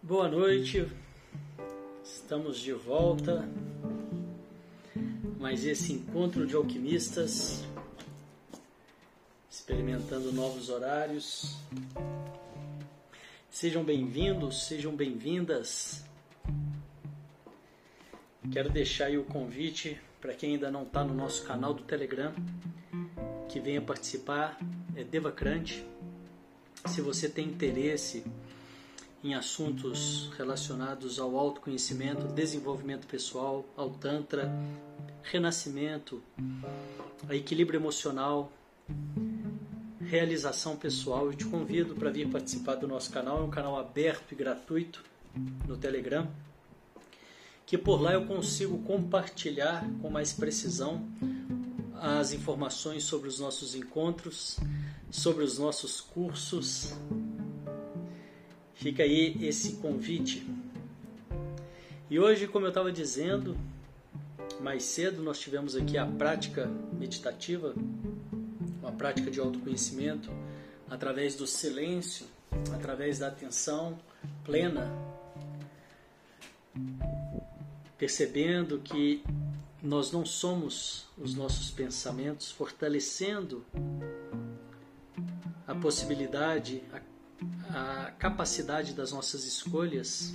Boa noite, estamos de volta, mais esse encontro de alquimistas, experimentando novos horários. Sejam bem-vindos, sejam bem-vindas. Quero deixar aí o convite para quem ainda não está no nosso canal do Telegram, que venha participar, é Devacrante. Se você tem interesse em assuntos relacionados ao autoconhecimento, desenvolvimento pessoal, ao Tantra, renascimento, a equilíbrio emocional, realização pessoal, eu te convido para vir participar do nosso canal. É um canal aberto e gratuito no Telegram, que por lá eu consigo compartilhar com mais precisão as informações sobre os nossos encontros, sobre os nossos cursos. Fica aí esse convite. E hoje, como eu estava dizendo, mais cedo nós tivemos aqui a prática meditativa, uma prática de autoconhecimento, através do silêncio, através da atenção plena, percebendo que nós não somos os nossos pensamentos, fortalecendo a possibilidade, a capacidade das nossas escolhas.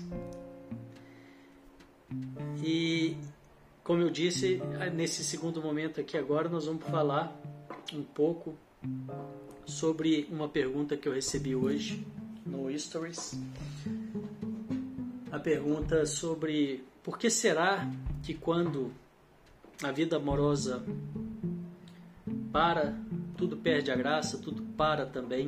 E, como eu disse, nesse segundo momento aqui agora, nós vamos falar um pouco sobre uma pergunta que eu recebi hoje no Stories. A pergunta sobre por que será que quando a vida amorosa para, tudo perde a graça, tudo para também.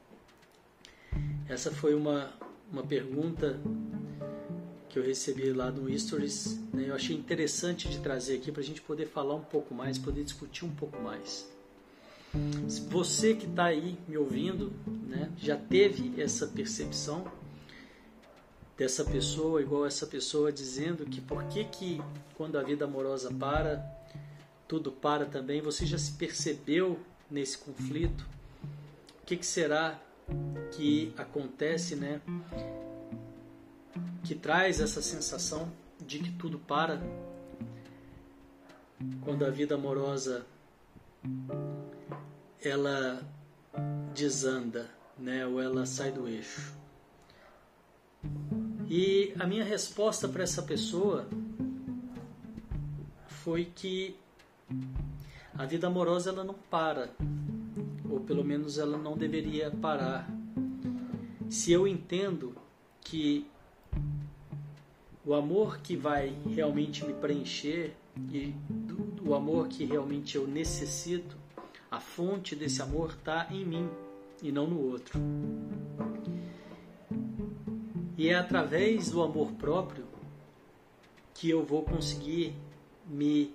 Essa foi uma pergunta que eu recebi lá no Stories, né? Eu achei interessante de trazer aqui para a gente poder falar um pouco mais, poder discutir um pouco mais. Se você que está aí me ouvindo, né, já teve essa percepção dessa pessoa, igual essa pessoa dizendo que por que quando a vida amorosa para, tudo para também, você já se percebeu nesse conflito? O que será que acontece, né, que traz essa sensação de que tudo para quando a vida amorosa ela desanda, né, ou ela sai do eixo? E a minha resposta para essa pessoa foi que a vida amorosa ela não para, ou pelo menos ela não deveria parar. Se eu entendo que o amor que vai realmente me preencher e o amor que realmente eu necessito, a fonte desse amor está em mim e não no outro. E é através do amor próprio que eu vou conseguir me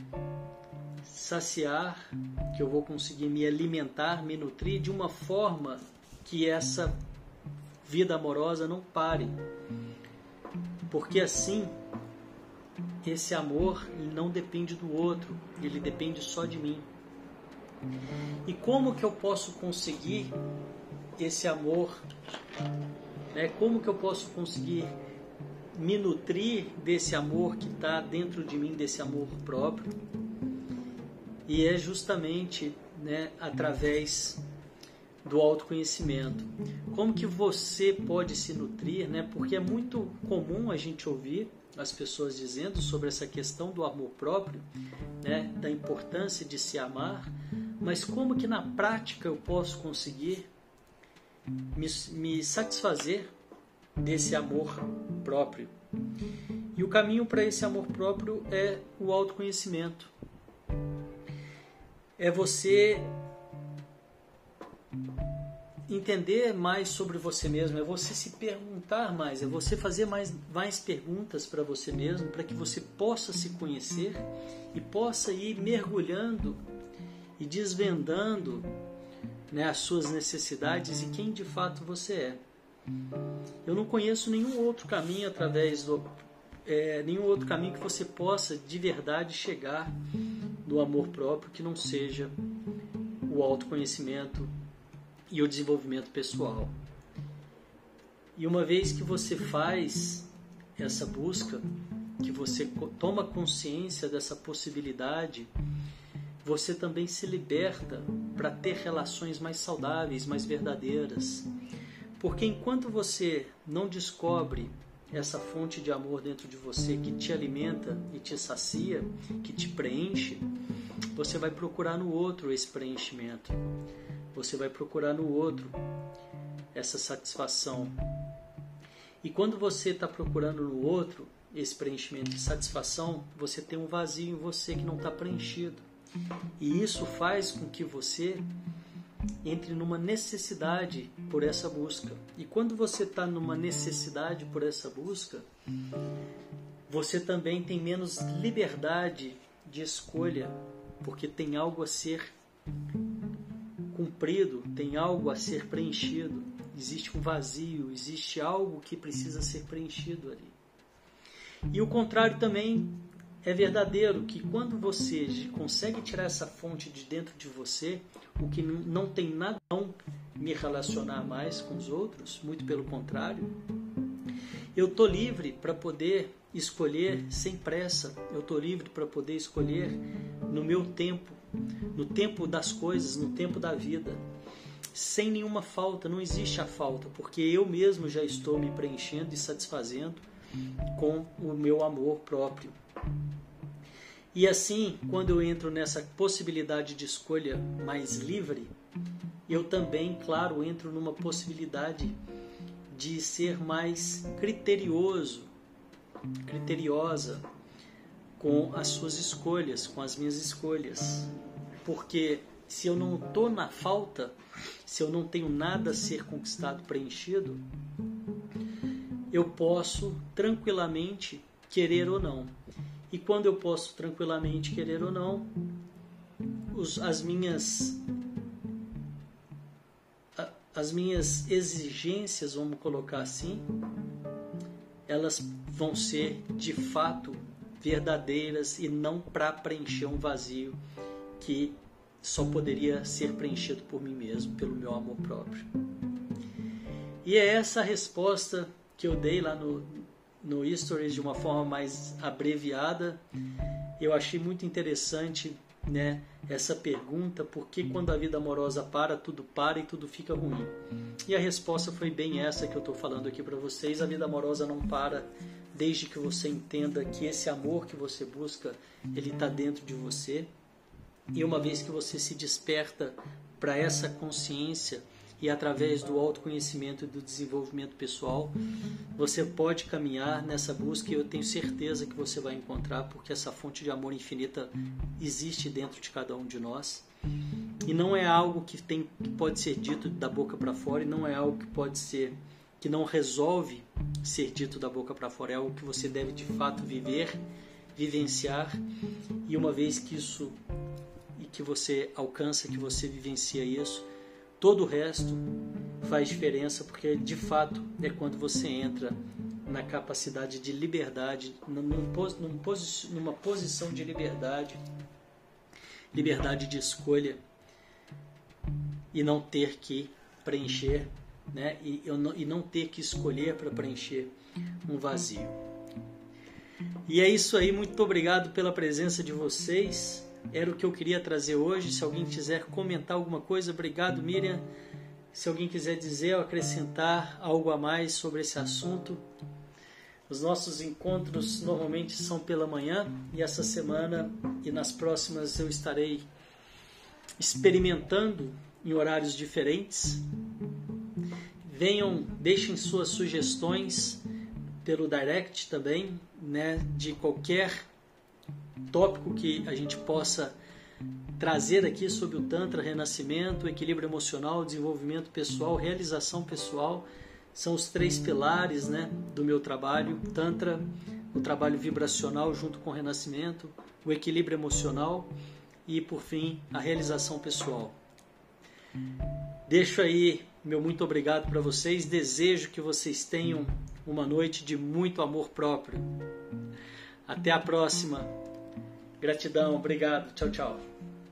saciar, que eu vou conseguir me alimentar, me nutrir de uma forma que essa vida amorosa não pare. Porque assim, esse amor ele não depende do outro, ele depende só de mim. E como que eu posso conseguir esse amor, né? Como que eu posso conseguir me nutrir desse amor que está dentro de mim, desse amor próprio? E é justamente, né, através do autoconhecimento. Como que você pode se nutrir, né? Porque é muito comum a gente ouvir as pessoas dizendo sobre essa questão do amor próprio, né, da importância de se amar, mas como que na prática eu posso conseguir me satisfazer desse amor próprio? E o caminho para esse amor próprio é o autoconhecimento. É você entender mais sobre você mesmo, é você se perguntar mais, é você fazer mais perguntas para você mesmo, para que você possa se conhecer e possa ir mergulhando e desvendando, né, as suas necessidades e quem de fato você é. Eu não conheço nenhum outro caminho nenhum outro caminho que você possa de verdade chegar no amor próprio que não seja o autoconhecimento e o desenvolvimento pessoal. E uma vez que você faz essa busca, que você toma consciência dessa possibilidade, você também se liberta para ter relações mais saudáveis, mais verdadeiras. Porque enquanto você não descobre essa fonte de amor dentro de você que te alimenta e te sacia, que te preenche, você vai procurar no outro esse preenchimento. Você vai procurar no outro essa satisfação. E quando você está procurando no outro esse preenchimento e satisfação, você tem um vazio em você que não está preenchido. E isso faz com que você entre numa necessidade por essa busca. E quando você está numa necessidade por essa busca, você também tem menos liberdade de escolha, porque tem algo a ser cumprido, tem algo a ser preenchido. Existe um vazio, existe algo que precisa ser preenchido ali. E o contrário também é verdadeiro, que quando você consegue tirar essa fonte de dentro de você, o que não tem nada a me relacionar mais com os outros, muito pelo contrário, eu estou livre para poder escolher sem pressa, eu estou livre para poder escolher no meu tempo, no tempo das coisas, no tempo da vida, sem nenhuma falta. Não existe a falta, porque eu mesmo já estou me preenchendo e satisfazendo com o meu amor próprio. E assim, quando eu entro nessa possibilidade de escolha mais livre, eu também, claro, entro numa possibilidade de ser mais criteriosa com as suas escolhas, com as minhas escolhas. Porque se eu não estou na falta, se eu não tenho nada a ser conquistado, preenchido, eu posso tranquilamente querer ou não. E quando eu posso tranquilamente querer ou não, as minhas exigências, vamos colocar assim, elas vão ser de fato verdadeiras e não para preencher um vazio que só poderia ser preenchido por mim mesmo, pelo meu amor próprio. E é essa a resposta que eu dei lá no Stories de uma forma mais abreviada. Eu achei muito interessante, né, essa pergunta, porque quando a vida amorosa para e tudo fica ruim. E a resposta foi bem essa que eu estou falando aqui para vocês. A vida amorosa não para desde que você entenda que esse amor que você busca, ele está dentro de você. E uma vez que você se desperta para essa consciência e através do autoconhecimento e do desenvolvimento pessoal, você pode caminhar nessa busca, e eu tenho certeza que você vai encontrar, porque essa fonte de amor infinita existe dentro de cada um de nós. E não é algo que pode ser dito da boca para fora, e não é algo que não resolve ser dito da boca para fora, é algo que você deve de fato vivenciar, e uma vez que você alcança, que você vivencia isso, todo o resto faz diferença, porque de fato é quando você entra na capacidade de liberdade, numa posição de liberdade de escolha, e não ter que preencher, né? E não ter que escolher para preencher um vazio. E é isso aí, muito obrigado pela presença de vocês. Era o que eu queria trazer hoje. Se alguém quiser comentar alguma coisa, obrigado, Miriam. Se alguém quiser dizer ou acrescentar algo a mais sobre esse assunto, os nossos encontros normalmente são pela manhã, e essa semana e nas próximas eu estarei experimentando em horários diferentes. Venham, deixem suas sugestões pelo direct também, né, de qualquer tópico que a gente possa trazer aqui sobre o Tantra, renascimento, equilíbrio emocional, desenvolvimento pessoal, realização pessoal. São os 3 pilares, né, do meu trabalho. Tantra, o trabalho vibracional junto com o renascimento, o equilíbrio emocional e, por fim, a realização pessoal. Deixo aí meu muito obrigado para vocês. Desejo que vocês tenham uma noite de muito amor próprio. Até a próxima. Gratidão, obrigado. Tchau, tchau.